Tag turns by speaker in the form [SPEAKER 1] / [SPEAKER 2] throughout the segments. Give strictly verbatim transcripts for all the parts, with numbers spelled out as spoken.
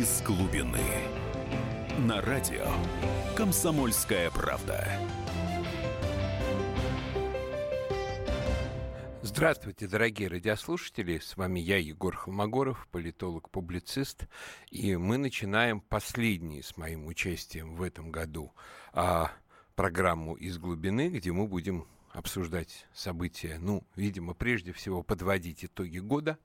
[SPEAKER 1] Из глубины. На радио «Комсомольская правда».
[SPEAKER 2] Здравствуйте, дорогие радиослушатели. С вами я, Егор Холмогоров, политолог-публицист. И мы начинаем последний с моим участием в этом году а, программу «Из глубины», где мы будем обсуждать события, ну, видимо, прежде всего подводить итоги года.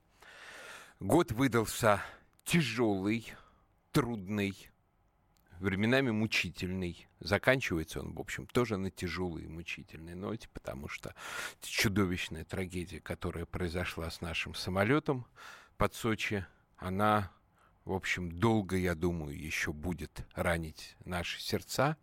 [SPEAKER 2] Год выдался тяжелый, трудный, временами мучительный. Заканчивается он, в общем, тоже на тяжелой и мучительной ноте, потому что чудовищная трагедия, которая произошла с нашим самолетом под Сочи, она, в общем, долго, я думаю, еще будет ранить наши сердца,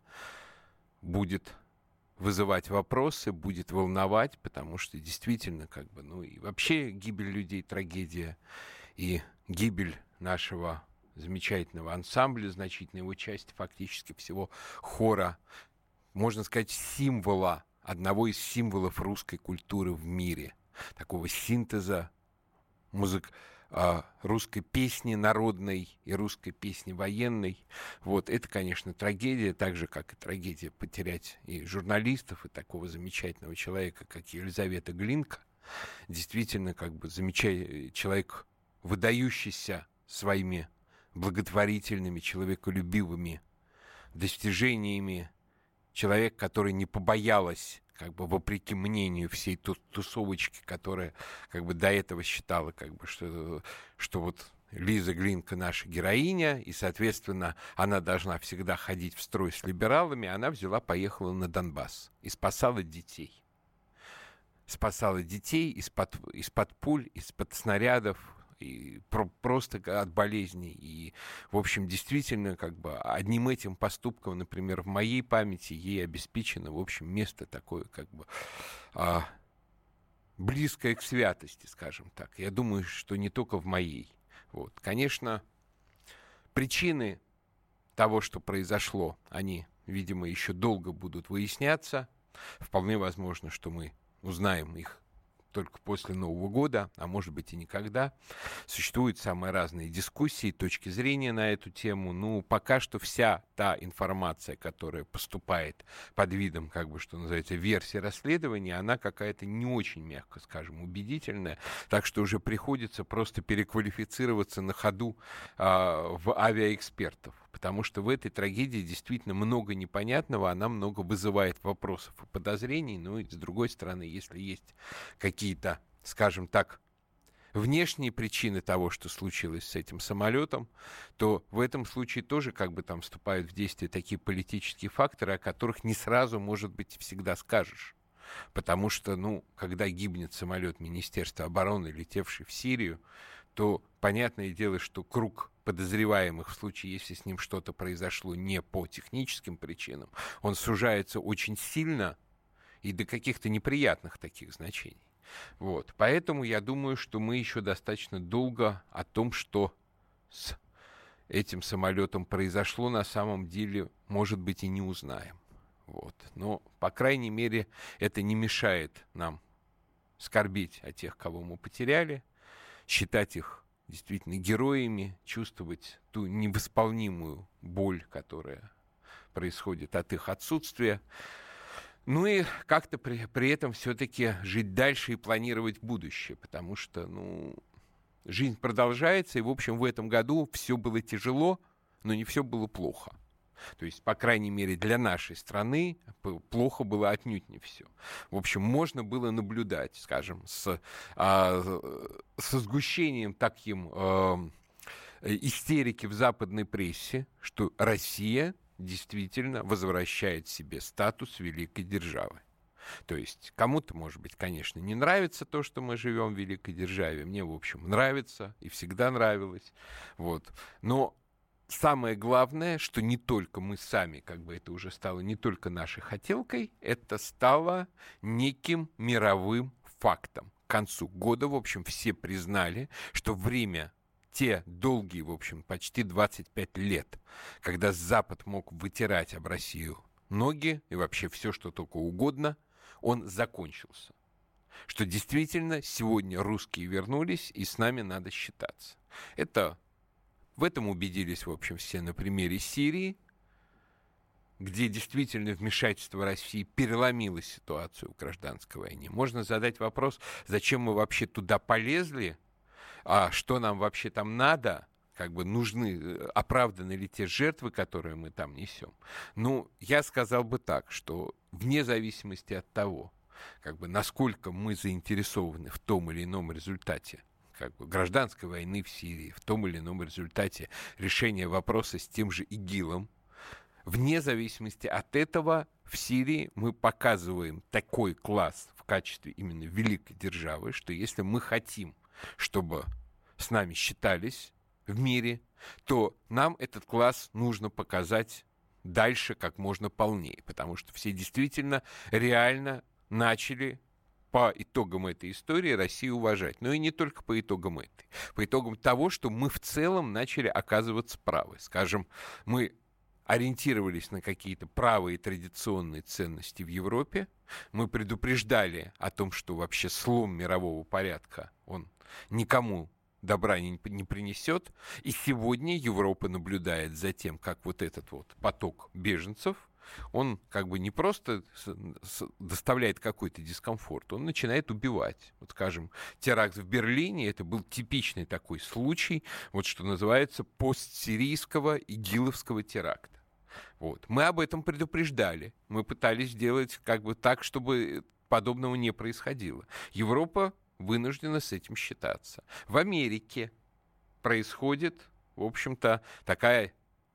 [SPEAKER 2] будет вызывать вопросы, будет волновать, потому что действительно, как бы, ну и вообще гибель людей трагедия, и гибель нашего замечательного ансамбля, значительной его части, фактически всего хора, можно сказать, символа, одного из символов русской культуры в мире, такого синтеза музык, э, русской песни народной и русской песни военной. Вот, это, конечно, трагедия, так же, как и трагедия потерять и журналистов, и такого замечательного человека, как Елизавета Глинка. Действительно, как бы, замечательный человек, выдающийся своими благотворительными, человеколюбивыми достижениями, человек, который не побоялась, как бы, вопреки мнению всей тусовочки, которая, как бы, до этого считала, как бы, что, что вот Лиза Глинка наша героиня, и, соответственно, она должна всегда ходить в строй с либералами, она взяла, поехала на Донбасс и спасала детей. Спасала детей из-под, из-под пуль, из-под снарядов, и про- просто от болезней. И, в общем, действительно, как бы, одним этим поступком, например, в моей памяти ей обеспечено, в общем, место такое, как бы, а, близкое к святости, скажем так. Я думаю, что не только в моей. Вот. Конечно, причины того, что произошло, они, видимо, еще долго будут выясняться. Вполне возможно, что мы узнаем их только после Нового года, а может быть и никогда. Существуют самые разные дискуссии, точки зрения на эту тему. Ну, пока что вся та информация, которая поступает под видом, как бы, что называется, версии расследования, она какая-то не очень, мягко скажем, убедительная. Так что уже приходится просто переквалифицироваться на ходу а, в авиаэкспертов. Потому что в этой трагедии действительно много непонятного, она много вызывает вопросов и подозрений. Ну и с другой стороны, если есть какие-то, скажем так, внешние причины того, что случилось с этим самолетом, то в этом случае тоже, как бы, там вступают в действие такие политические факторы, о которых не сразу, может быть, всегда скажешь. Потому что, ну, когда гибнет самолет Министерства обороны, летевший в Сирию, то понятное дело, что круг подозреваемых в случае, если с ним что-то произошло не по техническим причинам, он сужается очень сильно и до каких-то неприятных таких значений. Вот. Поэтому я думаю, что мы еще достаточно долго о том, что с этим самолетом произошло, на самом деле, может быть, и не узнаем. Вот. Но, по крайней мере, это не мешает нам скорбеть о тех, кого мы потеряли, считать их действительно героями, чувствовать ту невосполнимую боль, которая происходит от их отсутствия. Ну и как-то при, при этом все-таки жить дальше и планировать будущее, потому что, ну, жизнь продолжается, и, в общем, в этом году все было тяжело, но не все было плохо. То есть, по крайней мере, для нашей страны плохо было отнюдь не все. В общем, можно было наблюдать, скажем, с, а, со сгущением таким а, истерики в западной прессе, что Россия действительно возвращает себе статус великой державы. То есть кому-то, может быть, конечно, не нравится то, что мы живем в великой державе. Мне, в общем, нравится и всегда нравилось. Вот. Но самое главное, что не только мы сами, как бы это уже стало не только нашей хотелкой, это стало неким мировым фактом. К концу года, в общем, все признали, что время, те долгие, в общем, почти двадцать пять лет, когда Запад мог вытирать об Россию ноги и вообще все, что только угодно, он закончился. Что действительно сегодня русские вернулись, и с нами надо считаться. Это В этом убедились, в общем, все на примере Сирии, где действительно вмешательство России переломило ситуацию в гражданской войне. Можно задать вопрос, зачем мы вообще туда полезли, а что нам вообще там надо, как бы нужны, оправданы ли те жертвы, которые мы там несем. Ну, я сказал бы так, что вне зависимости от того, как бы, насколько мы заинтересованы в том или ином результате, как бы, гражданской войны в Сирии, в том или ином результате решения вопроса с тем же ИГИЛом, вне зависимости от этого в Сирии мы показываем такой класс в качестве именно великой державы, что если мы хотим, чтобы с нами считались в мире, то нам этот класс нужно показать дальше как можно полнее, потому что все действительно реально начали по итогам этой истории Россию уважать. Но и не только по итогам этой. По итогам того, что мы в целом начали оказываться правы. Скажем, мы ориентировались на какие-то правые традиционные ценности в Европе. Мы предупреждали о том, что вообще слом мирового порядка, он никому добра не, не принесет. И сегодня Европа наблюдает за тем, как вот этот вот поток беженцев, он как бы не просто с, с, доставляет какой-то дискомфорт, он начинает убивать. Вот, скажем, теракт в Берлине, это был типичный такой случай, вот что называется, постсирийского игиловского теракта. Вот. Мы об этом предупреждали. Мы пытались сделать как бы так, чтобы подобного не происходило. Европа вынуждена с этим считаться. В Америке происходит, в общем-то, такая,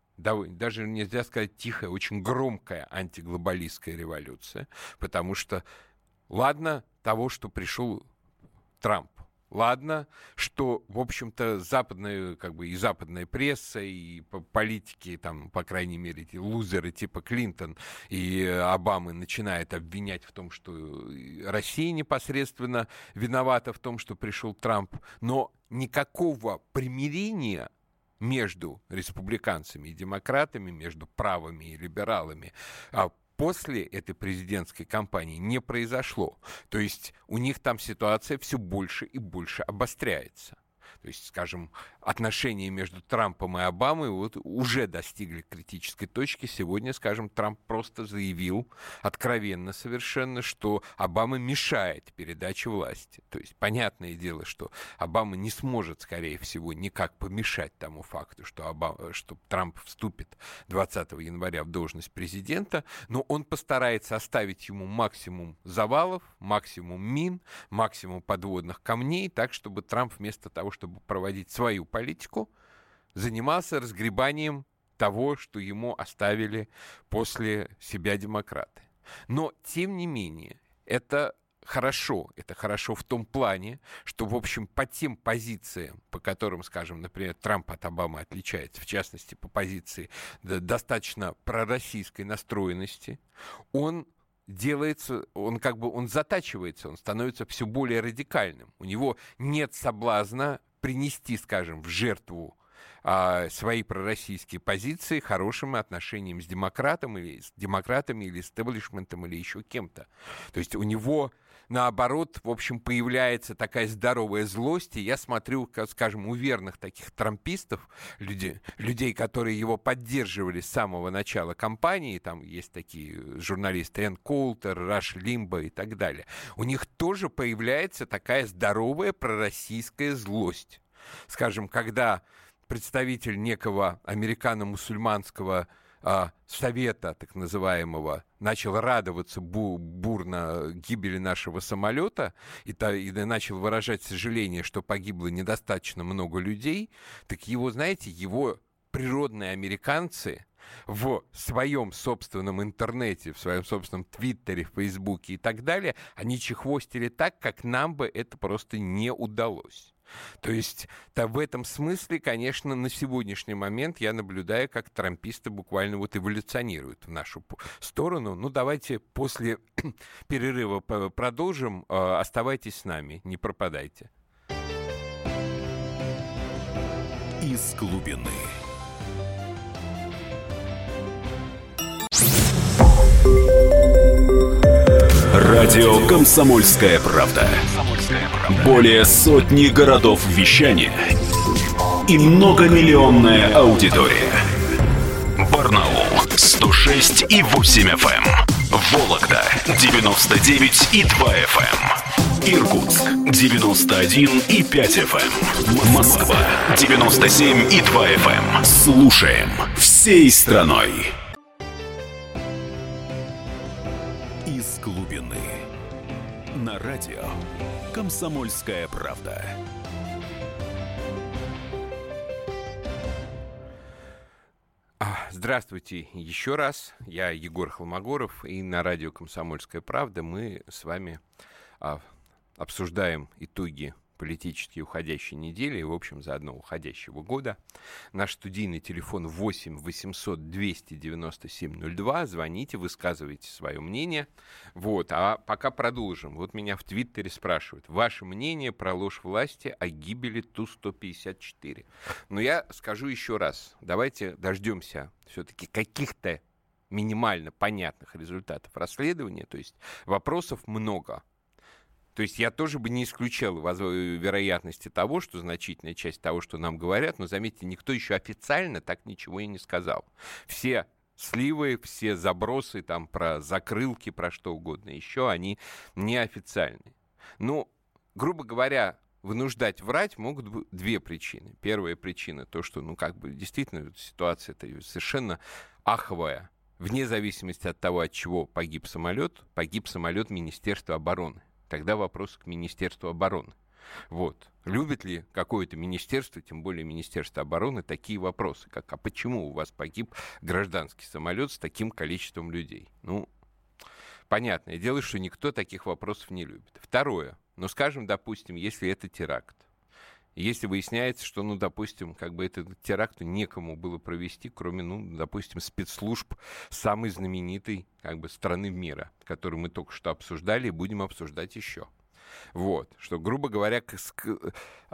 [SPEAKER 2] даже нельзя сказать тихая, очень громкая антиглобалистская революция, потому что, ладно того, что пришел Трамп, ладно, что, в общем-то, западная, как бы, и западная пресса, и политики, там, по крайней мере, эти лузеры типа Клинтон и Обамы начинают обвинять в том, что Россия непосредственно виновата в том, что пришел Трамп, но никакого примирения между республиканцами и демократами, между правыми и либералами, а после этой президентской кампании не произошло. То есть у них там ситуация все больше и больше обостряется. То есть, скажем, отношения между Трампом и Обамой вот уже достигли критической точки. Сегодня, скажем, Трамп просто заявил откровенно совершенно, что Обама мешает передаче власти. То есть, понятное дело, что Обама не сможет, скорее всего, никак помешать тому факту, что, Обама, что Трамп вступит двадцатого января в должность президента, но он постарается оставить ему максимум завалов, максимум мин, максимум подводных камней, так, чтобы Трамп вместо того, чтобы проводить свою политику, занимался разгребанием того, что ему оставили после себя демократы. Но, тем не менее, это хорошо. Это хорошо в том плане, что, в общем, по тем позициям, по которым, скажем, например, Трамп от Обамы отличается, в частности, по позиции достаточно пророссийской настроенности, он делается, он как бы, он затачивается, он становится все более радикальным. У него нет соблазна принести, скажем, в жертву а, свои пророссийские позиции хорошим отношением с демократом или с демократами или с истеблишментом или еще кем-то. То есть у него, наоборот, в общем, появляется такая здоровая злость, и я смотрю, как, скажем, у верных таких трампистов, людей, людей, которые его поддерживали с самого начала кампании, там есть такие журналисты Энн Коултер, Раш Лимбо и так далее, у них тоже появляется такая здоровая пророссийская злость. Скажем, когда представитель некого американо-мусульманского а, совета, так называемого, начал радоваться бу- бурно гибели нашего самолета и, та, и начал выражать сожаление, что погибло недостаточно много людей, так его, знаете, его природные американцы в своем собственном интернете, в своем собственном твиттере, в фейсбуке и так далее, они чехвостили так, как нам бы это просто не удалось. То есть то в этом смысле, конечно, на сегодняшний момент я наблюдаю, как трамписты буквально вот эволюционируют в нашу сторону. Ну, давайте после перерыва продолжим. Оставайтесь с нами, не пропадайте.
[SPEAKER 1] Из глубины. Радио «Комсомольская правда». Более сотни городов вещания и многомиллионная аудитория. Барнаул сто шесть и восемь эф эм, Вологда девяносто девять и два эф эм, Иркутск девяносто один и пять эф эм, Москва девяносто семь и два эф эм. Слушаем всей страной. Из глубины на радио «Комсомольская правда».
[SPEAKER 2] Здравствуйте еще раз. Я Егор Холмогоров, и на радио «Комсомольская правда» мы с вами а, обсуждаем итоги политически уходящей недели и, в общем, заодно уходящего года. Наш студийный телефон восемь восемьсот двести девяносто семь ноль два. Звоните, высказывайте свое мнение. Вот, а пока продолжим. Вот меня в Твиттере спрашивают. Ваше мнение про ложь власти о гибели Ту сто пятьдесят четыре. Но я скажу еще раз. Давайте дождемся все-таки каких-то минимально понятных результатов расследования. То есть вопросов много. То есть я тоже бы не исключал вероятности того, что значительная часть того, что нам говорят, но, заметьте, никто еще официально так ничего и не сказал. Все сливы, все забросы там про закрылки, про что угодно еще, они неофициальные. Ну, грубо говоря, вынуждать врать могут быть две причины. Первая причина то, что, ну, как бы, действительно, ситуация-то совершенно аховая. Вне зависимости от того, от чего погиб самолет, погиб самолет Министерства обороны. Тогда вопрос к Министерству обороны. Вот. Любит ли какое-то министерство, тем более Министерство обороны, такие вопросы, как, а почему у вас погиб гражданский самолет с таким количеством людей? Ну, понятное дело, что никто таких вопросов не любит. Второе. Ну, скажем, допустим, если это теракт. Если выясняется, что, ну, допустим, как бы этот теракт некому было провести, кроме, ну, допустим, спецслужб самой знаменитой, как бы, страны мира, которую мы только что обсуждали и будем обсуждать еще. Вот, что, грубо говоря, к- ск-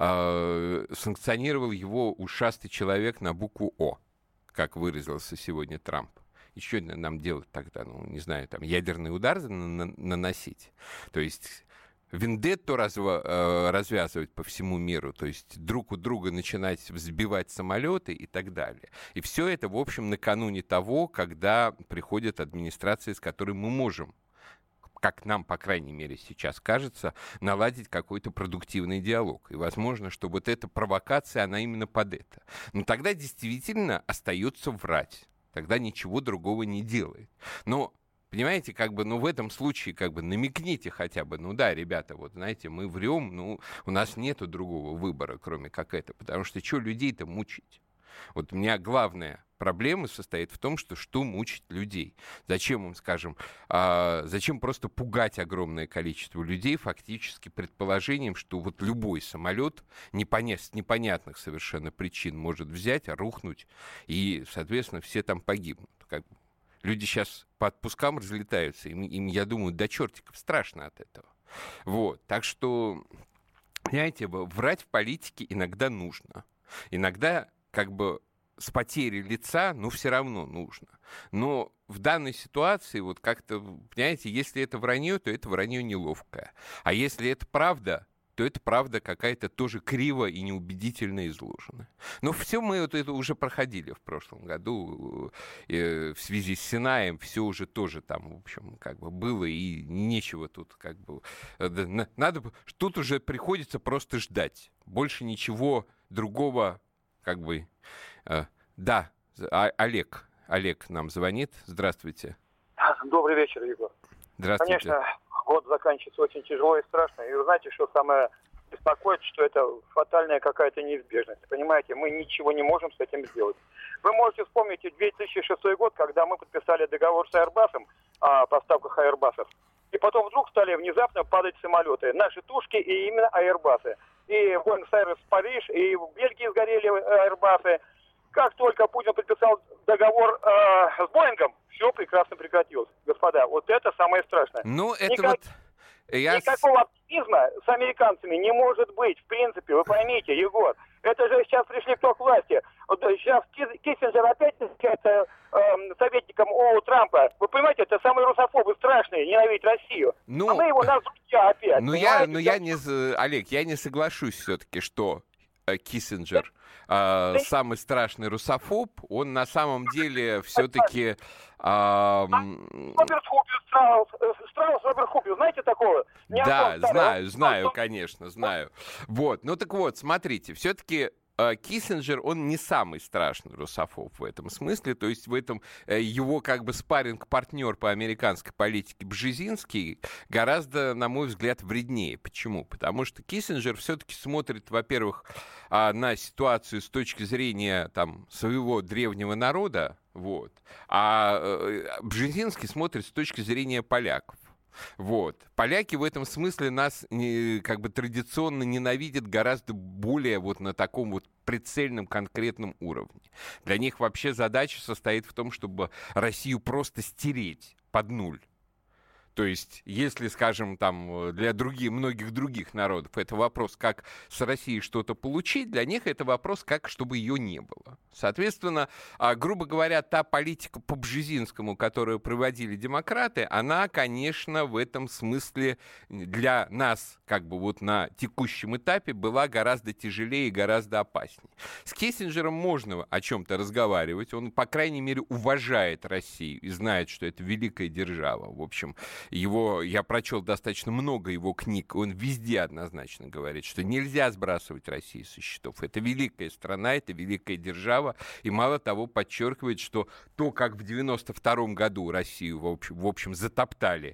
[SPEAKER 2] э, санкционировал его ушастый человек на букву «О», как выразился сегодня Трамп. Еще нам делать тогда, ну, не знаю, там, ядерный удар на- на- наносить. То есть вендетту разва- э, развязывать по всему миру, то есть друг у друга начинать взбивать самолеты и так далее. И все это, в общем, накануне того, когда приходит администрация, с которой мы можем, как нам, по крайней мере, сейчас кажется, наладить какой-то продуктивный диалог. И возможно, что вот эта провокация, она именно под это. Но тогда действительно остается врать. Тогда ничего другого не делает. Но понимаете, как бы, ну, в этом случае, как бы, намекните хотя бы, ну, да, ребята, вот, знаете, мы врем, ну, у нас нету другого выбора, кроме как это, потому что что людей-то мучить? Вот у меня главная проблема состоит в том, что что мучить людей? Зачем им, скажем, а, зачем просто пугать огромное количество людей фактически предположением, что вот любой самолет непоня- с непонятных совершенно причин может взять, рухнуть, и, соответственно, все там погибнут. Как бы. Люди сейчас по отпускам разлетаются, им, им, я думаю, до чертиков страшно от этого. Вот, так что, понимаете, врать в политике иногда нужно. Иногда, как бы, с потерей лица, ну, все равно нужно. Но в данной ситуации, вот как-то, понимаете, если это вранье, то это вранье неловкое. А если это правда, то это правда какая-то тоже криво и неубедительно изложена. Но все мы вот это уже проходили в прошлом году э, в связи с Синаем, все уже тоже там, в общем, как бы было, и нечего тут как бы... Э, надо, тут уже приходится просто ждать. Больше ничего другого, как бы... Э, да, а, Олег, Олег нам звонит. Здравствуйте.
[SPEAKER 3] Добрый вечер, Егор.
[SPEAKER 2] Здравствуйте.
[SPEAKER 3] Конечно, год заканчивается очень тяжело и страшно. И вы знаете, что самое беспокоит, что это фатальная какая-то неизбежность. Понимаете, мы ничего не можем с этим сделать. Вы можете вспомнить две тысячи шестой год, когда мы подписали договор с Airbus'ом о поставках Airbus'ов. И потом вдруг стали внезапно падать самолеты. Наши тушки и именно Airbus'ы. И Буэнос-Айрес, Париж, и в Бельгии сгорели Airbus'ы. Как только Путин подписал договор э, с Боингом, все прекрасно прекратилось. Господа, вот это самое страшное.
[SPEAKER 2] Ну, это
[SPEAKER 3] Никак...
[SPEAKER 2] вот... Я...
[SPEAKER 3] Никакого оптимизма с американцами не может быть, в принципе, вы поймите, Егор. Это же сейчас пришли кто к власти. Вот сейчас Киссинджер опять является э, советником у Трампа. Вы понимаете, это самые русофобы страшные, ненавидят Россию.
[SPEAKER 2] Ну,
[SPEAKER 3] а мы его нас друзья опять.
[SPEAKER 2] Ну, я, ну я не... Олег, я не соглашусь все-таки, что Киссинджер э, самый страшный русофоб, он на самом деле все-таки... Э,
[SPEAKER 3] Роберт Хупер, Страус, Страус Роберт Хупер, знаете такого? Не
[SPEAKER 2] да,
[SPEAKER 3] Антон,
[SPEAKER 2] знаю,
[SPEAKER 3] он,
[SPEAKER 2] знаю,
[SPEAKER 3] он,
[SPEAKER 2] конечно, знаю. Вот, ну так вот, смотрите, все-таки... Киссинджер, он не самый страшный русофоб в этом смысле, то есть в этом его как бы спарринг-партнер по американской политике Бжезинский гораздо, на мой взгляд, вреднее. Почему? Потому что Киссинджер все-таки смотрит, во-первых, на ситуацию с точки зрения там, своего древнего народа, вот, а Бжезинский смотрит с точки зрения поляков. Вот. Поляки в этом смысле нас не, как бы традиционно ненавидят гораздо более вот на таком вот прицельном конкретном уровне. Для них вообще задача состоит в том, чтобы Россию просто стереть под нуль. То есть, если, скажем, там, для других, многих других народов это вопрос, как с Россией что-то получить, для них это вопрос, как, чтобы ее не было. Соответственно, грубо говоря, та политика по Бжезинскому, которую проводили демократы, она, конечно, в этом смысле для нас, как бы вот на текущем этапе, была гораздо тяжелее и гораздо опаснее. С Киссинджером можно о чем-то разговаривать, он, по крайней мере, уважает Россию и знает, что это великая держава, в общем. Его, я прочел достаточно много его книг, он везде однозначно говорит, что нельзя сбрасывать Россию со счетов. Это великая страна, это великая держава, и мало того подчеркивает, что то, как в девяносто втором году Россию, в общем, в общем затоптали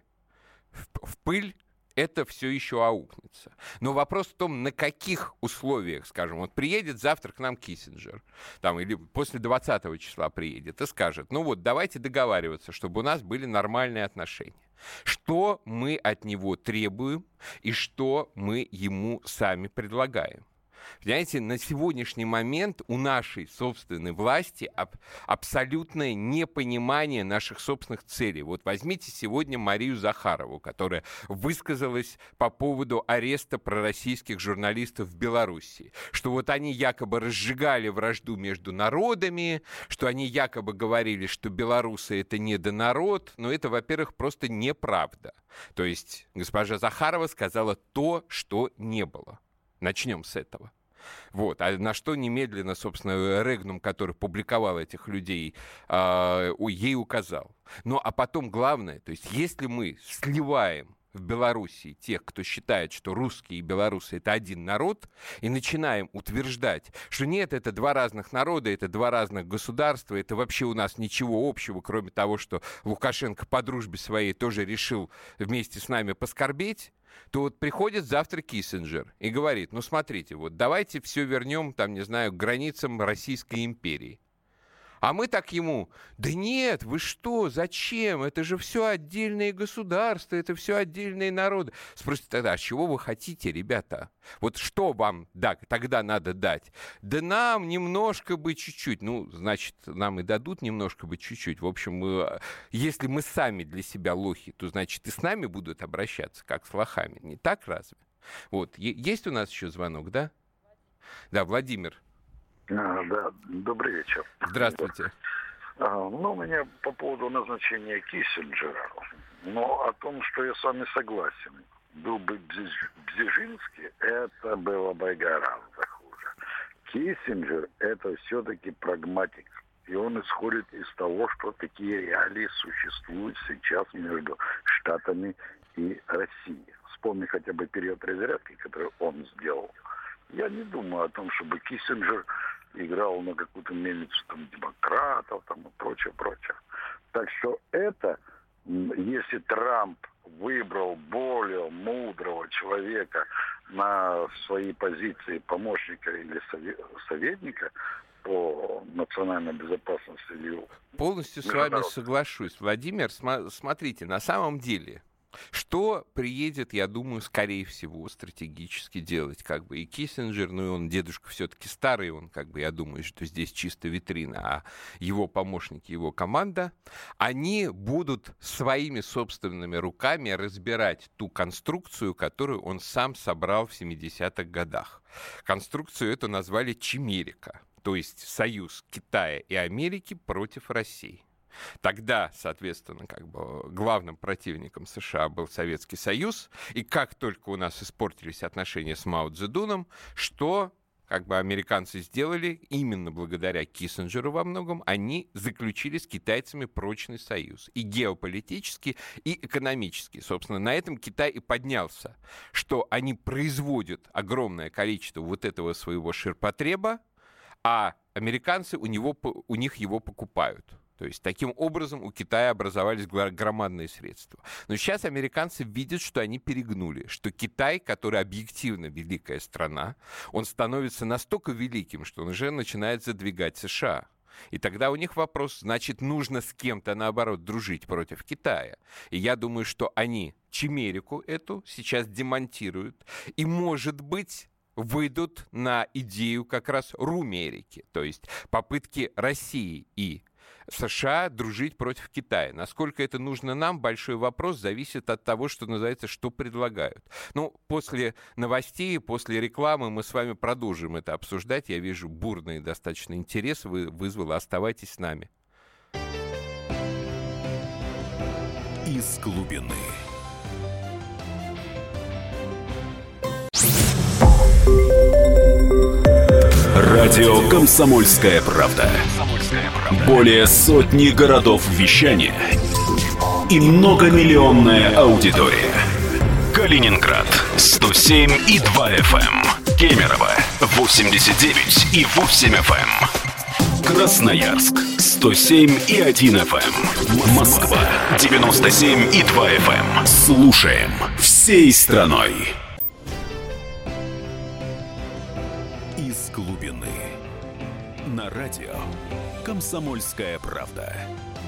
[SPEAKER 2] в, в пыль, это все еще аукнется. Но вопрос в том, на каких условиях, скажем, вот приедет завтра к нам Киссинджер, там, или после двадцатого числа приедет и скажет, ну вот, давайте договариваться, чтобы у нас были нормальные отношения. Что мы от него требуем и что мы ему сами предлагаем? Понимаете, на сегодняшний момент у нашей собственной власти аб- абсолютное непонимание наших собственных целей. Вот возьмите сегодня Марию Захарову, которая высказалась по поводу ареста пророссийских журналистов в Белоруссии, что вот они якобы разжигали вражду между народами, что они якобы говорили, что белорусы — это недонарод, но это, во-первых, просто неправда. То есть госпожа Захарова сказала то, что не было. Начнем с этого. Вот. А на что немедленно, собственно, Регнум, который публиковал этих людей, э, ей указал. Ну, а потом главное, то есть если мы сливаем в Белоруссии тех, кто считает, что русские и белорусы — это один народ, и начинаем утверждать, что нет, это два разных народа, это два разных государства, это вообще у нас ничего общего, кроме того, что Лукашенко по дружбе своей тоже решил вместе с нами поскорбеть, то вот приходит завтра Киссинджер и говорит, ну смотрите, вот давайте все вернем, там, не знаю, к границам Российской империи. А мы так ему, да нет, вы что, зачем? Это же все отдельные государства, это все отдельные народы. Спросите тогда, а чего вы хотите, ребята? Вот что вам да, тогда надо дать? Да нам немножко бы чуть-чуть. Ну, значит, нам и дадут немножко бы чуть-чуть. В общем, мы, если мы сами для себя лохи, то, значит, и с нами будут обращаться, как с лохами. Не так разве? Вот. Есть у нас еще звонок, да? Да, Владимир.
[SPEAKER 4] А, да, добрый вечер.
[SPEAKER 2] Здравствуйте.
[SPEAKER 4] А, ну, у меня по поводу назначения Киссинджера, но о том, что я с вами согласен. Был бы Бжезинский, это было бы гораздо хуже. Киссинджер — это все-таки прагматик. И он исходит из того, что такие реалии существуют сейчас между Штатами и Россией. Вспомни хотя бы период разрядки, который он сделал. Я не думаю о том, чтобы Киссинджер играл на какую-то мельницу там, демократов там, и прочее, прочее. Так что это, если Трамп выбрал более мудрого человека на свои позиции помощника или советника по национальной безопасности.
[SPEAKER 2] Полностью с вами соглашусь. Владимир, см- смотрите, на самом деле... Что приедет, я думаю, скорее всего, стратегически делать, как бы и Киссинджер, ну и он, дедушка все-таки старый, он, как бы, я думаю, что здесь чисто витрина, а его помощники, его команда, они будут своими собственными руками разбирать ту конструкцию, которую он сам собрал в семидесятых годах. Конструкцию эту назвали Чимерика, то есть союз Китая и Америки против России. Тогда, соответственно, как бы главным противником США был Советский Союз, и как только у нас испортились отношения с Мао Цзэдуном, что как бы американцы сделали, именно благодаря Киссинджеру во многом, они заключили с китайцами прочный союз. И геополитически, и экономически. Собственно, на этом Китай и поднялся, что они производят огромное количество вот этого своего ширпотреба, а американцы у, него, у них его покупают. То есть, таким образом, у Китая образовались громадные средства. Но сейчас американцы видят, что они перегнули, что Китай, который объективно великая страна, он становится настолько великим, что он уже начинает задвигать США. И тогда у них вопрос, значит, нужно с кем-то, наоборот, дружить против Китая. И я думаю, что они чимерику эту сейчас демонтируют. И, может быть, выйдут на идею как раз румерики, то есть попытки России и США дружить против Китая. Насколько это нужно нам, большой вопрос, зависит от того, что называется, что предлагают. Ну, после новостей, после рекламы мы с вами продолжим это обсуждать. Я вижу бурный достаточно интерес вы вызвало. Оставайтесь с нами.
[SPEAKER 1] Из глубины. Радио «Комсомольская правда». Более сотни городов вещания и многомиллионная аудитория. Калининград сто семь и два эф эм, Кемерово восемьдесят девять и восемь эф эм, Красноярск сто семь и один эф эм, Москва девяносто семь и два эф эм. Слушаем всей страной. Из глубины. На радио «Комсомольская правда».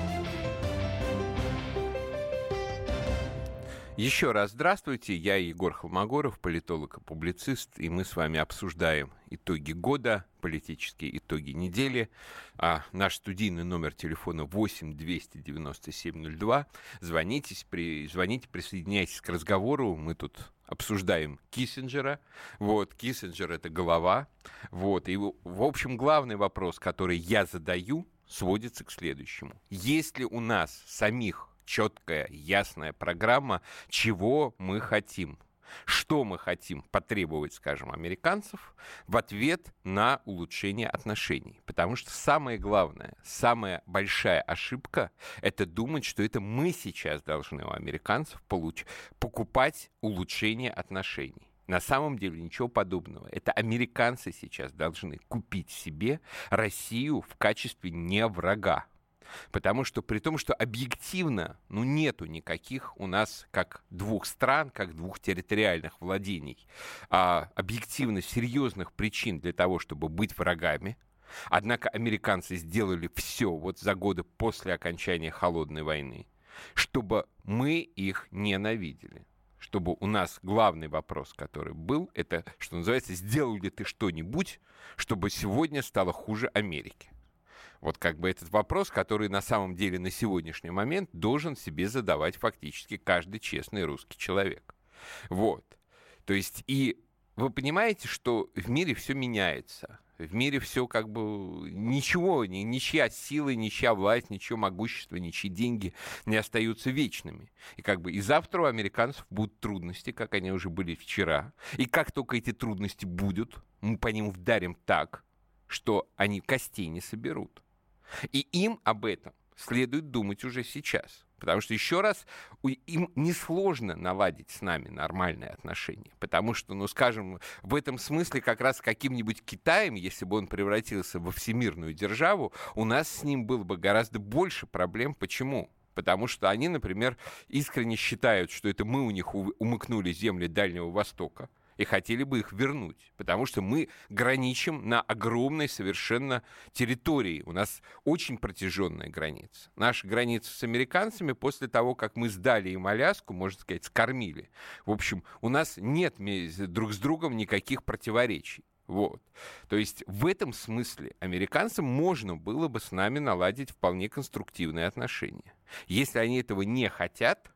[SPEAKER 2] Еще раз здравствуйте, я Егор Холмогоров, политолог и публицист, и мы с вами обсуждаем итоги года, политические итоги недели. А наш студийный номер телефона восемь двести девяносто семь ноль два. Звоните, при, звоните, присоединяйтесь к разговору, мы тут обсуждаем Киссинджера. Вот, Киссинджер — это голова. Вот, и, в общем, главный вопрос, который я задаю, сводится к следующему. Есть ли у нас самих четкая, ясная программа, чего мы хотим? Что мы хотим потребовать, скажем, американцев в ответ на улучшение отношений? Потому что самое главное, самая большая ошибка — это думать, что это мы сейчас должны у американцев получ- покупать улучшение отношений. На самом деле ничего подобного. Это американцы сейчас должны купить себе Россию в качестве не врага. Потому что при том, что объективно, ну, нету никаких у нас как двух стран, как двух территориальных владений, а, объективно серьезных причин для того, чтобы быть врагами. Однако американцы сделали все вот за годы после окончания Холодной войны, чтобы мы их ненавидели. Чтобы у нас главный вопрос, который был, это, что называется, сделал ли ты что-нибудь, чтобы сегодня стало хуже Америки? Вот как бы этот вопрос, который на самом деле на сегодняшний момент должен себе задавать фактически каждый честный русский человек. Вот. То есть, и вы понимаете, что в мире все меняется. В мире все как бы ничего, ни, ничья сила, ничья власть, ничье могущество, ничьи деньги не остаются вечными. И как бы и завтра у американцев будут трудности, как они уже были вчера. И как только эти трудности будут, мы по ним вдарим так, что они костей не соберут. И им об этом следует думать уже сейчас. Потому что, еще раз, им несложно наладить с нами нормальные отношения. Потому что, ну, скажем, в этом смысле как раз каким-нибудь Китаем, если бы он превратился во всемирную державу, у нас с ним было бы гораздо больше проблем. Почему? Потому что они, например, искренне считают, что это мы у них умыкнули земли Дальнего Востока и хотели бы их вернуть, потому что мы граничим на огромной совершенно территории. У нас очень протяженная граница. Наша граница с американцами после того, как мы сдали им Аляску, можно сказать, скормили. В общем, у нас нет друг с другом никаких противоречий. Вот. То есть в этом смысле американцам можно было бы с нами наладить вполне конструктивные отношения. Если они этого не хотят,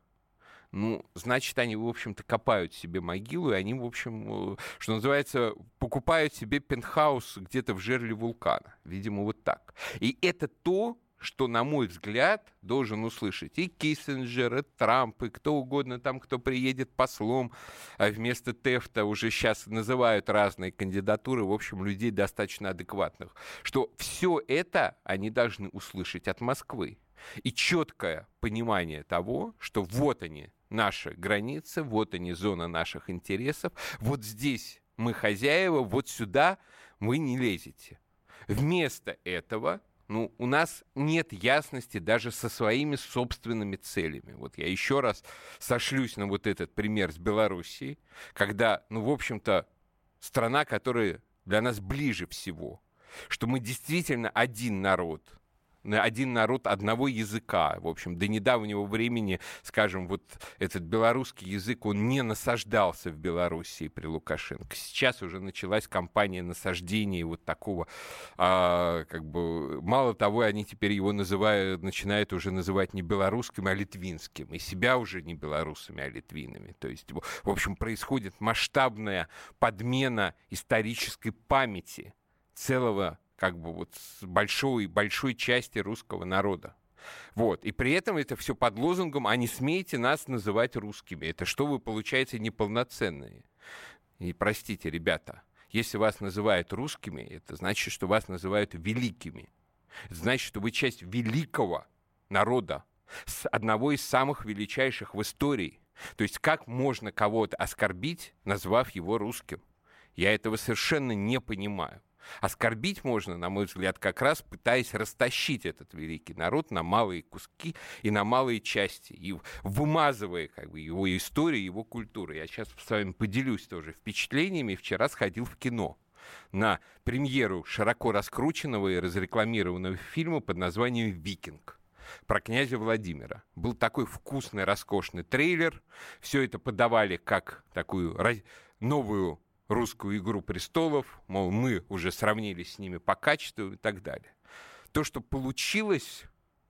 [SPEAKER 2] ну, значит, они, в общем-то, копают себе могилу, и они, в общем, что называется, покупают себе пентхаус где-то в жерле вулкана. Видимо, вот так. И это то, что, на мой взгляд, должен услышать и Киссинджер, и Трамп, и кто угодно там, кто приедет послом, а вместо Тефта уже сейчас называют разные кандидатуры, в общем, людей достаточно адекватных, что все это они должны услышать от Москвы. И четкое понимание того, что вот они, наши границы, вот они, зона наших интересов, вот здесь мы хозяева, вот сюда вы не лезете. Вместо этого, ну, у нас нет ясности даже со своими собственными целями. Вот я еще раз сошлюсь на вот этот пример с Белоруссией, когда, ну, в общем-то, страна, которая для нас ближе всего, что мы действительно один народ, один народ одного языка. В общем, до недавнего времени, скажем, вот этот белорусский язык, он не насаждался в Белоруссии при Лукашенко. Сейчас уже началась кампания насаждения вот такого, а, как бы, мало того, они теперь его называют, начинают уже называть не белорусским, а литвинским. И себя уже не белорусами, а литвинами. То есть, в общем, происходит масштабная подмена исторической памяти целого, как бы вот большой, большой части русского народа. Вот. И при этом это все под лозунгом «А не смейте нас называть русскими». Это что вы, получаете, неполноценные? И простите, ребята, если вас называют русскими, это значит, что вас называют великими. Это значит, что вы часть великого народа, с одного из самых величайших в истории. То есть как можно кого-то оскорбить, назвав его русским? Я этого совершенно не понимаю. Оскорбить можно, на мой взгляд, как раз пытаясь растащить этот великий народ на малые куски и на малые части, и вымазывая как бы его историю, его культуру. Я сейчас с вами поделюсь тоже впечатлениями. Вчера сходил в кино на премьеру широко раскрученного и разрекламированного фильма под названием «Викинг» про князя Владимира. Был такой вкусный, роскошный трейлер. Все это подавали как такую новую русскую «Игру престолов», мол, мы уже сравнились с ними по качеству и так далее. То, что получилось,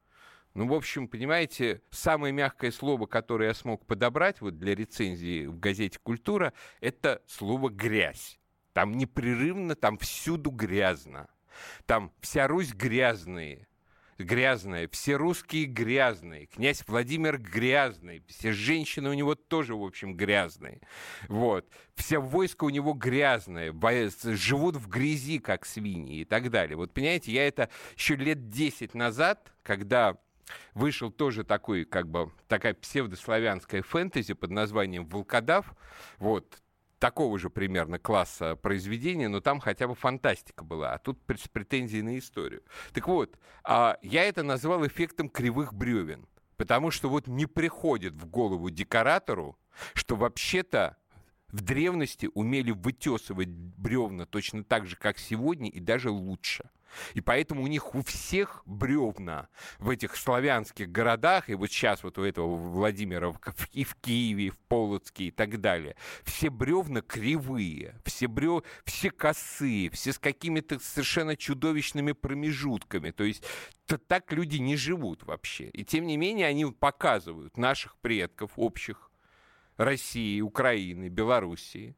[SPEAKER 2] ну, в общем, понимаете, самое мягкое слово, которое я смог подобрать вот для рецензии в газете «Культура», это слово «грязь». Там непрерывно, там всюду грязно. Там вся Русь грязные. Грязная, все русские грязные, князь Владимир грязный, все женщины у него тоже, в общем, грязные, вот, все войско у него грязное, живут в грязи, как свиньи и так далее. Вот, понимаете, я это еще лет десять назад, когда вышел тоже такой, как бы, такая псевдославянская фэнтези под названием «Волкодав», вот, такого же примерно класса произведения, но там хотя бы фантастика была, а тут с претензией на историю. Так вот, я это назвал эффектом кривых бревен, потому что вот не приходит в голову декоратору, что вообще-то в древности умели вытесывать бревна точно так же, как сегодня, и даже лучше. И поэтому у них у всех бревна в этих славянских городах, и вот сейчас вот у этого Владимира и в Киеве, и в Полоцке и так далее, все бревна кривые, все, брев... все косые, все с какими-то совершенно чудовищными промежутками. То есть то так люди не живут вообще. И тем не менее они показывают наших предков общих, России, Украины, Белоруссии,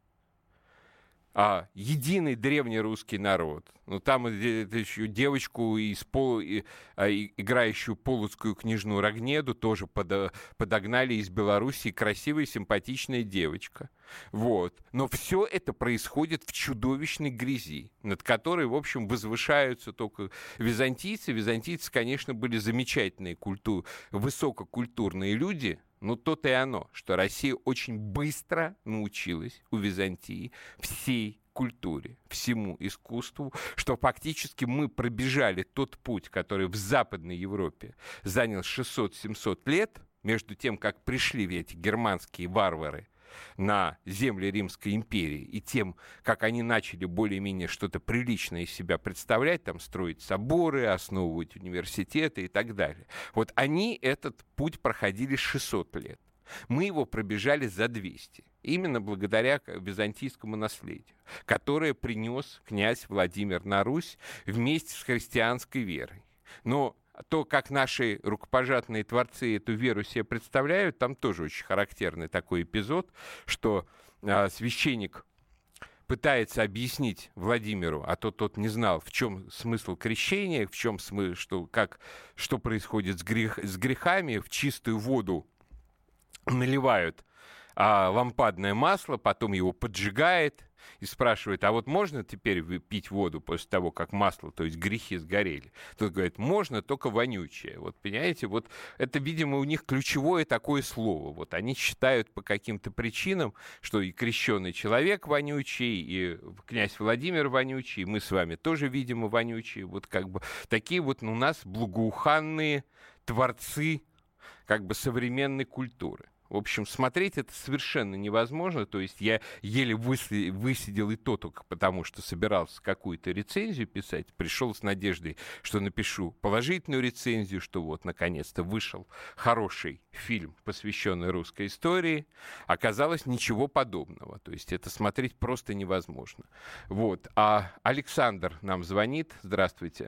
[SPEAKER 2] а единый древнерусский народ. Ну, там еще девочку, из пол, и, а, и, играющую полоцкую княжну Рогнеду, тоже под, подогнали из Белоруссии. Красивая, симпатичная девочка. Вот. Но все это происходит в чудовищной грязи, над которой, в общем, возвышаются только византийцы. Византийцы, конечно, были замечательные культур, высококультурные люди. Но то-то и оно, что Россия очень быстро научилась у Византии всей культуре, всему искусству, что фактически мы пробежали тот путь, который в Западной Европе занял шестьсот-семьсот лет, между тем, как пришли эти германские варвары на земли Римской империи, и тем, как они начали более-менее что-то приличное из себя представлять, там, строить соборы, основывать университеты и так далее. Вот они этот путь проходили шестьсот лет. Мы его пробежали за двести. Именно благодаря византийскому наследию, которое принес князь Владимир на Русь вместе с христианской верой. Но то, как наши рукопожатные творцы эту веру себе представляют, там тоже очень характерный такой эпизод, что а, священник пытается объяснить Владимиру, а то тот не знал, в чем смысл крещения, в чем смысл, что, как, что происходит с, грех, с грехами, в чистую воду наливают а, лампадное масло, потом его поджигает и спрашивает, а вот можно теперь пить воду после того, как масло, то есть грехи сгорели? Тот говорит, можно, только вонючее. Вот, понимаете, вот это, видимо, у них ключевое такое слово. Вот они считают по каким-то причинам, что и крещеный человек вонючий, и князь Владимир вонючий, и мы с вами тоже, видимо, вонючие. Вот как бы такие вот у нас благоуханные творцы как бы современной культуры. В общем, смотреть это совершенно невозможно. То есть я еле выси- высидел и то только потому, что собирался какую-то рецензию писать. Пришел с надеждой, что напишу положительную рецензию, что вот, наконец-то, вышел хороший фильм, посвященный русской истории. Оказалось, ничего подобного. То есть это смотреть просто невозможно. Вот. А Александр нам звонит. Здравствуйте.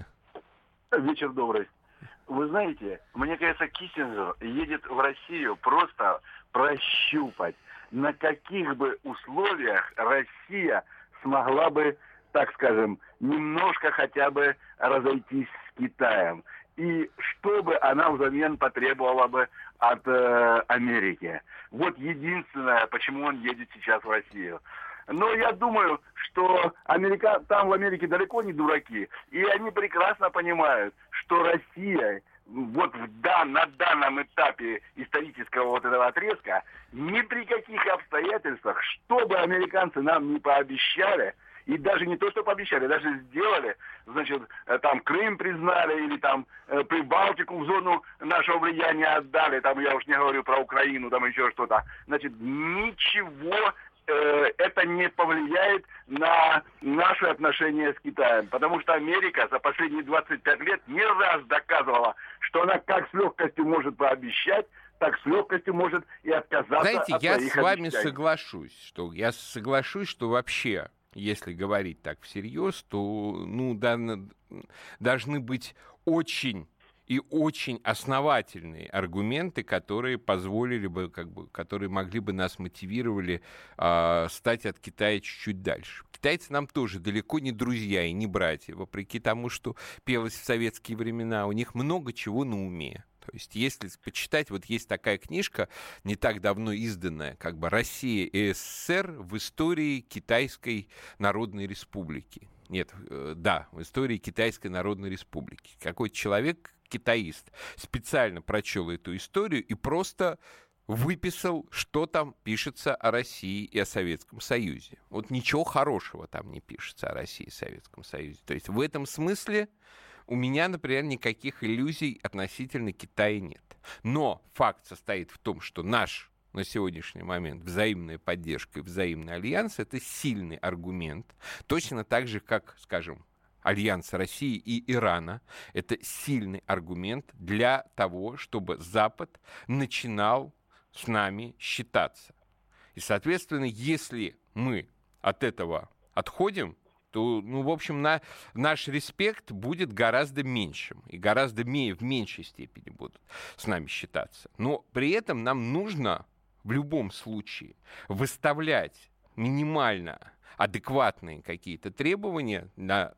[SPEAKER 5] Вечер добрый. Вы знаете, мне кажется, Киссинджер едет в Россию просто прощупать, на каких бы условиях Россия смогла бы, так скажем, немножко хотя бы разойтись с Китаем. И что бы она взамен потребовала бы от э, Америки. Вот единственное, почему он едет сейчас в Россию. Но я думаю, что Америка... там в Америке далеко не дураки, и они прекрасно понимают, что Россия вот в дан... на данном этапе исторического вот этого отрезка ни при каких обстоятельствах, что бы американцы нам не пообещали, и даже не то, что пообещали, даже сделали, значит, там Крым признали, или там э, Прибалтику в зону нашего влияния отдали, там я уж не говорю про Украину, там еще что-то, значит, ничего это не повлияет на наши отношения с Китаем. Потому что Америка за последние двадцать пять лет не раз доказывала, что она как с легкостью может пообещать, так с легкостью может и отказаться
[SPEAKER 2] Знаете,
[SPEAKER 5] от
[SPEAKER 2] я
[SPEAKER 5] своих
[SPEAKER 2] с вами
[SPEAKER 5] обещаний.
[SPEAKER 2] соглашусь, что я соглашусь, что вообще, если говорить так всерьез, то ну, да, должны быть очень и очень основательные аргументы, которые позволили бы, как бы, которые могли бы нас мотивировали э, стать от Китая чуть-чуть дальше. Китайцы нам тоже далеко не друзья и не братья, вопреки тому, что пелось в советские времена. У них много чего на уме. То есть, если почитать, вот есть такая книжка, не так давно изданная, как бы «Россия и СССР в истории Китайской Народной Республики». Нет, э, да, в истории Китайской Народной Республики. Какой-то человек, китаист, специально прочел эту историю и просто выписал, что там пишется о России и о Советском Союзе. Вот ничего хорошего там не пишется о России и Советском Союзе. То есть в этом смысле у меня, например, никаких иллюзий относительно Китая нет. Но факт состоит в том, что наш на сегодняшний момент взаимная поддержка и взаимный альянс — это сильный аргумент. Точно так же, как, скажем, альянс России и Ирана — это сильный аргумент для того, чтобы Запад начинал с нами считаться. И, соответственно, если мы от этого отходим, то, ну, в общем, на, наш респект будет гораздо меньшим, и гораздо ме- в меньшей степени будут с нами считаться. Но при этом нам нужно в любом случае выставлять минимально адекватные какие-то требования на,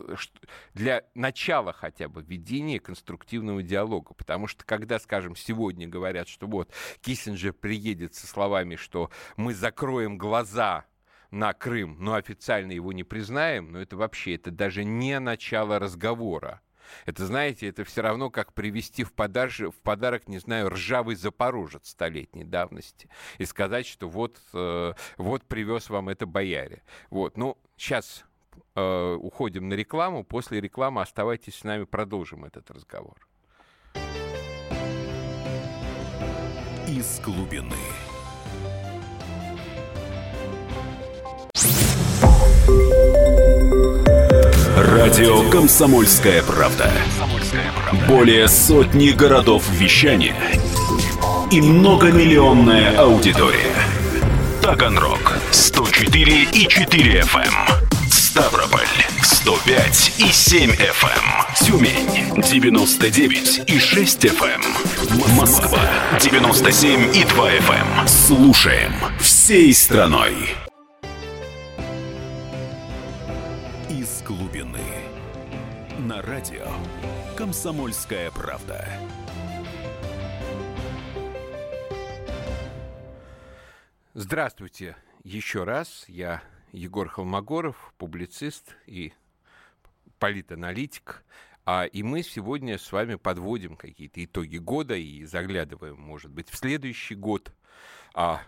[SPEAKER 2] для начала хотя бы ведения конструктивного диалога. Потому что когда, скажем, сегодня говорят, что вот Киссинджер приедет со словами, что мы закроем глаза на Крым, но официально его не признаем, но это вообще, это даже не начало разговора. Это, знаете, это все равно, как привезти в подарок, в подарок, не знаю, ржавый запорожец столетней давности и сказать, что вот, э, вот привез вам это бояре. Вот, ну, сейчас э, уходим на рекламу, после рекламы оставайтесь с нами, продолжим этот разговор.
[SPEAKER 1] Из глубины. Радио «Комсомольская правда». Более сотни городов вещания и многомиллионная аудитория. Таганрог сто четыре и четыре эф эм, Ставрополь сто пять и семь эф эм, Тюмень девяносто девять и шесть эф эм, Москва девяносто семь и два эф эм. Слушаем всей страной. на радио «Комсомольская правда».
[SPEAKER 2] Здравствуйте еще раз. Я Егор Холмогоров, публицист и политаналитик. А, и мы сегодня с вами подводим какие-то итоги года и заглядываем, может быть, в следующий год. А,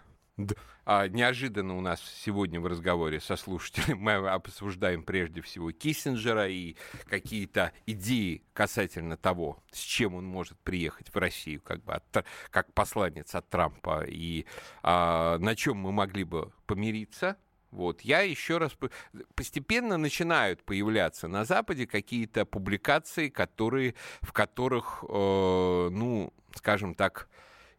[SPEAKER 2] а неожиданно у нас сегодня в разговоре со слушателем мы обсуждаем прежде всего Киссинджера и какие-то идеи касательно того, с чем он может приехать в Россию, как бы от, как посланец от Трампа, и а, на чем мы могли бы помириться. Вот, я еще раз... Постепенно начинают появляться на Западе какие-то публикации, которые, в которых, э, ну, скажем так,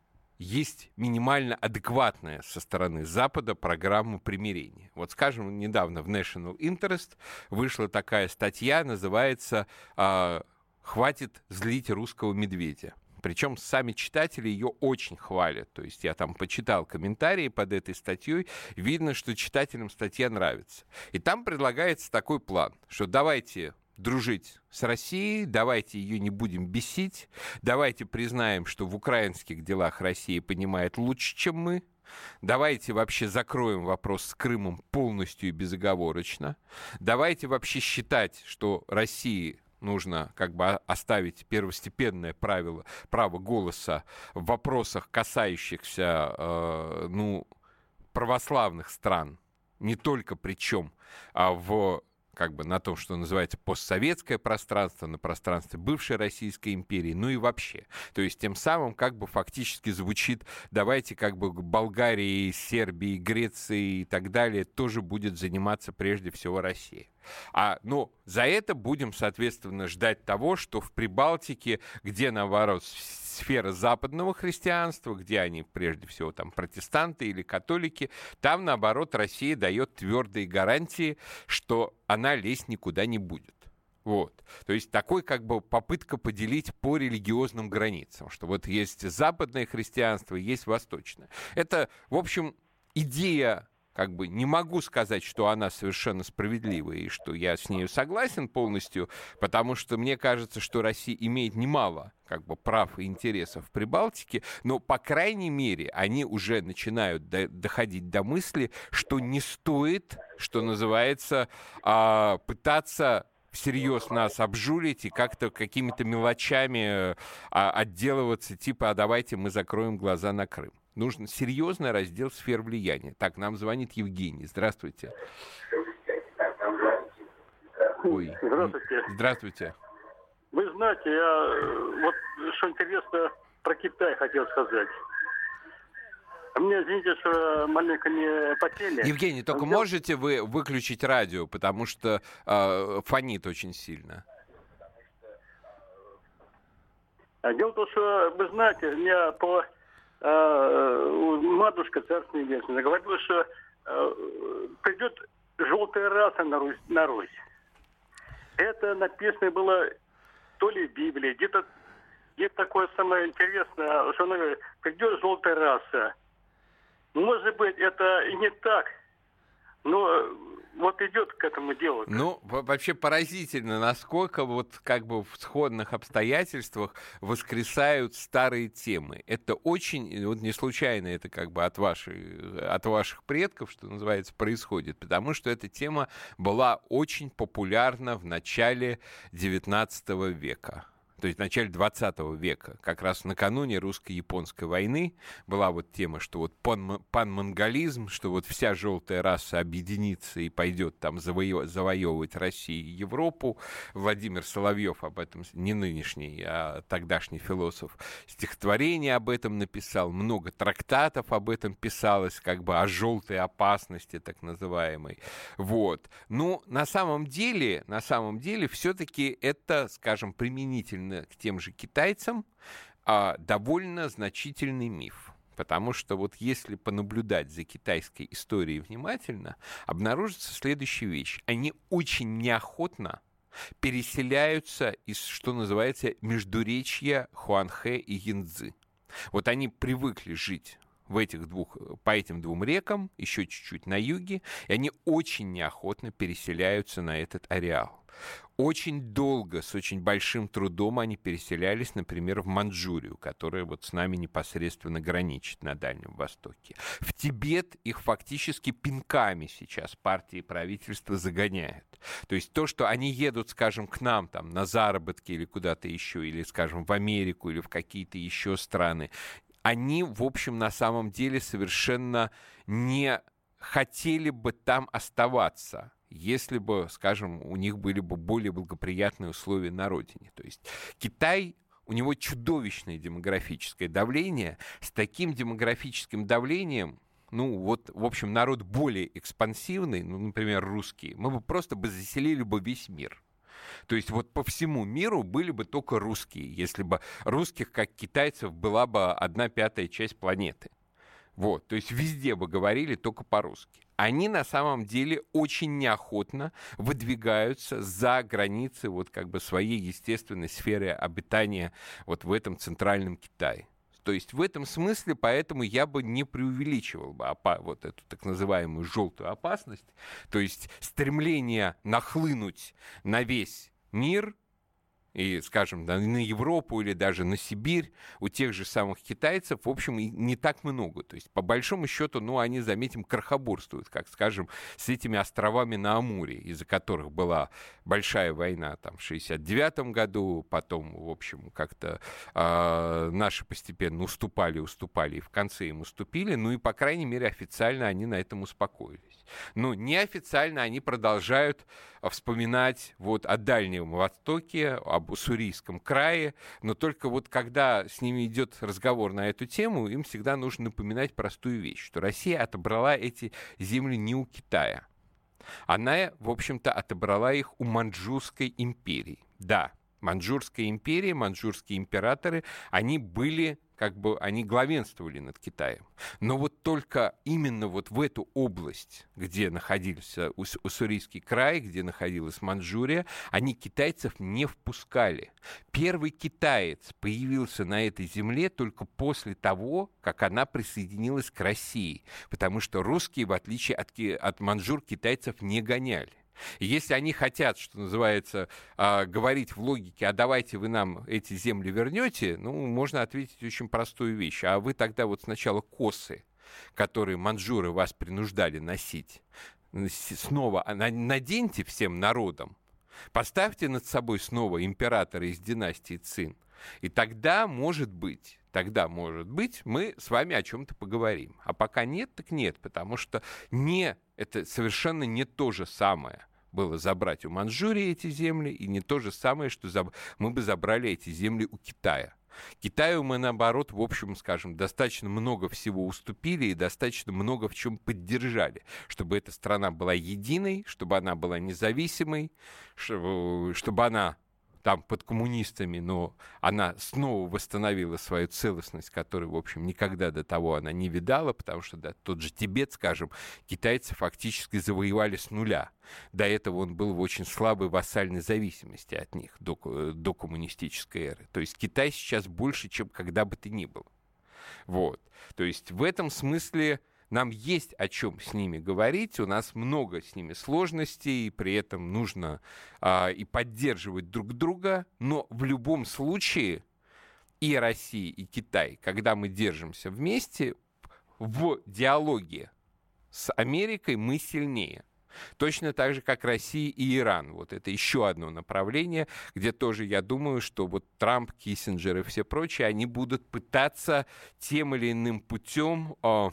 [SPEAKER 2] есть минимально адекватная со стороны Запада программа примирения. Вот, скажем, недавно в National Interest вышла такая статья, называется э, «Хватит злить русского медведя». Причем сами читатели ее очень хвалят. То есть я там почитал комментарии под этой статьей, видно, что читателям статья нравится. И там предлагается такой план, что давайте дружить с Россией, давайте ее не будем бесить, давайте признаем, что в украинских делах Россия понимает лучше, чем мы, давайте вообще закроем вопрос с Крымом полностью и безоговорочно, давайте вообще считать, что России нужно как бы оставить первостепенное правило, право голоса в вопросах, касающихся э, ну, православных стран, не только причем а в как бы на том, что называется постсоветское пространство, на пространстве бывшей Российской империи, ну и вообще. То есть тем самым как бы фактически звучит, давайте как бы Болгарии, Сербии, Греции и так далее тоже будет заниматься прежде всего Россия. А, ну, за это будем, соответственно, ждать того, что в Прибалтике, где, наоборот, сфера западного христианства, где они, прежде всего, там, протестанты или католики, там, наоборот, Россия дает твердые гарантии, что она лезть никуда не будет. Вот. То есть такой как бы попытка поделить по религиозным границам, что вот есть западное христианство, есть восточное. Это, в общем, идея, как бы не могу сказать, что она совершенно справедливая и что я с нею согласен полностью, потому что мне кажется, что Россия имеет немало как бы прав и интересов в Прибалтике, но, по крайней мере, они уже начинают до, доходить до мысли, что не стоит, что называется, а, пытаться всерьез нас обжулить и как-то какими-то мелочами а, отделываться, типа, а давайте мы закроем глаза на Крым. Нужен серьезный раздел сфер влияния. Так, нам звонит Евгений. Здравствуйте. Ой.
[SPEAKER 6] Здравствуйте.
[SPEAKER 2] Здравствуйте.
[SPEAKER 6] Вы знаете, я вот что интересно про Китай хотел сказать. Мне, извините, что маленько не по теме.
[SPEAKER 2] Евгений, только
[SPEAKER 6] Он
[SPEAKER 2] можете вы выключить радио, потому что э, фонит очень сильно.
[SPEAKER 6] Дело в том, что, вы знаете, меня по... Uh, матушка Царство Небесное говорила, что uh, придет желтая раса на Русь, на Русь. Это написано было то ли в Библии, где-то, где-то такое самое интересное, что она говорит, придет желтая раса. Может быть, это и не так, но вот идет к этому делу.
[SPEAKER 2] Ну, вообще поразительно, насколько вот как бы в сходных обстоятельствах воскресают старые темы. Это очень, вот не случайно это как бы от, вашей, от ваших предков, что называется, происходит, потому что эта тема была очень популярна в начале девятнадцатого века. То есть в начале двадцатого века, как раз накануне русско-японской войны, была вот тема, что вот пан- панмонголизм, что вот вся желтая раса объединится и пойдет там завоё- завоевывать Россию и Европу. Владимир Соловьев об этом, не нынешний, а тогдашний философ, стихотворение об этом написал, много трактатов об этом писалось, как бы о желтой опасности, так называемой. Вот. Ну, на самом деле, на самом деле, все-таки это, скажем, применительно к тем же китайцам, а, довольно значительный миф. Потому что вот если понаблюдать за китайской историей внимательно, обнаружится следующая вещь. Они очень неохотно переселяются из, что называется, междуречья Хуанхэ и Янцзы. Вот они привыкли жить в этих двух, по этим двум рекам, еще чуть-чуть на юге, и они очень неохотно переселяются на этот ареал. Очень долго, с очень большим трудом они переселялись, например, в Манчжурию, которая вот с нами непосредственно граничит на Дальнем Востоке. В Тибет их фактически пинками сейчас партии и правительство загоняют. То есть то, что они едут, скажем, к нам там, на заработки или куда-то еще, или, скажем, в Америку или в какие-то еще страны, они, в общем, на самом деле совершенно не хотели бы там оставаться, если бы, скажем, у них были бы более благоприятные условия на родине. То есть Китай, у него чудовищное демографическое давление. С таким демографическим давлением, ну вот, в общем, народ более экспансивный, ну, например, русские, мы бы просто бы заселили бы весь мир. То есть вот по всему миру были бы только русские, если бы русских, как китайцев, была бы одна пятая часть планеты. Вот, то есть везде бы говорили только по-русски. Они на самом деле очень неохотно выдвигаются за границы вот как бы своей естественной сферы обитания вот в этом центральном Китае. То есть в этом смысле, поэтому я бы не преувеличивал бы опа- вот эту так называемую желтую опасность, то есть стремление нахлынуть на весь мир, и, скажем, на Европу или даже на Сибирь у тех же самых китайцев, в общем, и не так много. То есть, по большому счету, ну, они, заметим, крохоборствуют, как, скажем, с этими островами на Амуре, из-за которых была большая война там, в шестьдесят девятом году, потом, в общем, как-то э, наши постепенно уступали, уступали, и в конце им уступили, ну и, по крайней мере, официально они на этом успокоились. Но неофициально они продолжают вспоминать вот о Дальнем Востоке, об Уссурийском крае, но только вот когда с ними идет разговор на эту тему, им всегда нужно напоминать простую вещь, что Россия отобрала эти земли не у Китая. Она, в общем-то, отобрала их у Маньчжурской империи. Да, Маньчжурская империя, маньчжурские императоры, они были, как бы, они главенствовали над Китаем. Но вот только именно вот в эту область, где находился Уссурийский край, где находилась Маньчжурия, они китайцев не впускали. Первый китаец появился на этой земле только после того, как она присоединилась к России, потому что русские, в отличие от, от маньчжур, китайцев не гоняли. И если они хотят, что называется, э, говорить в логике, а давайте вы нам эти земли вернете, ну, можно ответить очень простую вещь. А вы тогда вот сначала косы, которые маньчжуры вас принуждали носить, снова наденьте всем народам, поставьте над собой снова императора из династии Цин, и тогда, может быть, тогда, может быть, мы с вами о чем-то поговорим. А пока нет, так нет, потому что не, это совершенно не то же самое было забрать у Маньчжурии эти земли, и не то же самое, что заб... мы бы забрали эти земли у Китая. Китаю мы, наоборот, в общем, скажем, достаточно много всего уступили и достаточно много в чем поддержали, чтобы эта страна была единой, чтобы она была независимой, чтобы она там под коммунистами, но она снова восстановила свою целостность, которую, в общем, никогда до того она не видала, потому что да, тот же Тибет, скажем, китайцы фактически завоевали с нуля. До этого он был в очень слабой вассальной зависимости от них до, до коммунистической эры. То есть Китай сейчас больше, чем когда бы то ни было. Вот. То есть в этом смысле нам есть о чем с ними говорить, у нас много с ними сложностей, и при этом нужно а, и поддерживать друг друга, но в любом случае и Россия, и Китай, когда мы держимся вместе, в диалоге с Америкой мы сильнее. Точно так же, как Россия и Иран. Вот это еще одно направление, где тоже, я думаю, что вот Трамп, Киссинджер и все прочие, они будут пытаться тем или иным путем Э,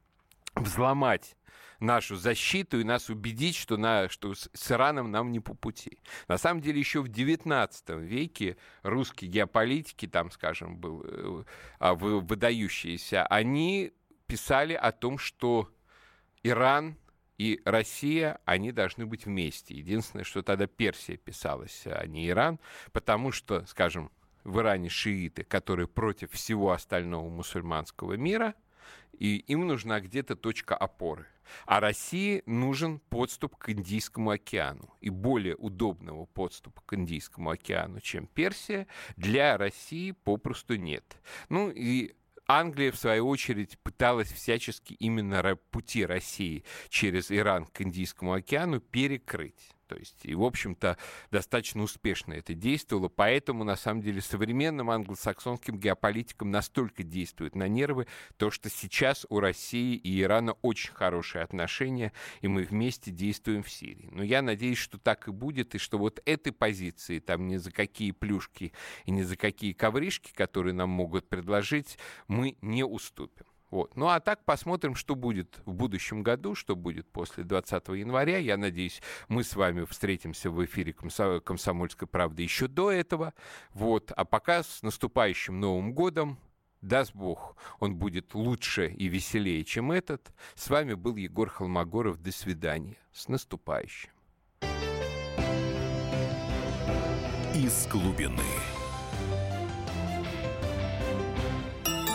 [SPEAKER 2] взломать нашу защиту и нас убедить, что, на, что с, с Ираном нам не по пути. На самом деле, еще в девятнадцатом веке русские геополитики, там, скажем, был, э, выдающиеся, они писали о том, что Иран и Россия, они должны быть вместе. Единственное, что тогда Персия писалась, а не Иран, потому что, скажем, в Иране шииты, которые против всего остального мусульманского мира, и им нужна где-то точка опоры. А России нужен подступ к Индийскому океану. И более удобного подступа к Индийскому океану, чем Персия, для России попросту нет. Ну и Англия, в свою очередь, пыталась всячески именно пути России через Иран к Индийскому океану перекрыть. То есть, и, в общем-то, достаточно успешно это действовало. Поэтому, на самом деле, современным англосаксонским геополитикам настолько действует на нервы то, что сейчас у России и Ирана очень хорошие отношения, и мы вместе действуем в Сирии. Но я надеюсь, что так и будет, и что вот этой позиции, там, ни за какие плюшки и ни за какие ковришки, которые нам могут предложить, мы не уступим. Вот. Ну а так посмотрим, что будет в будущем году, что будет после двадцатого января. Я надеюсь, мы с вами встретимся в эфире «Комсомольской правды» еще до этого. Вот. А пока с наступающим Новым годом. Даст Бог, он будет лучше и веселее, чем этот. С вами был Егор Холмогоров. До свидания. С наступающим.
[SPEAKER 1] Из глубины.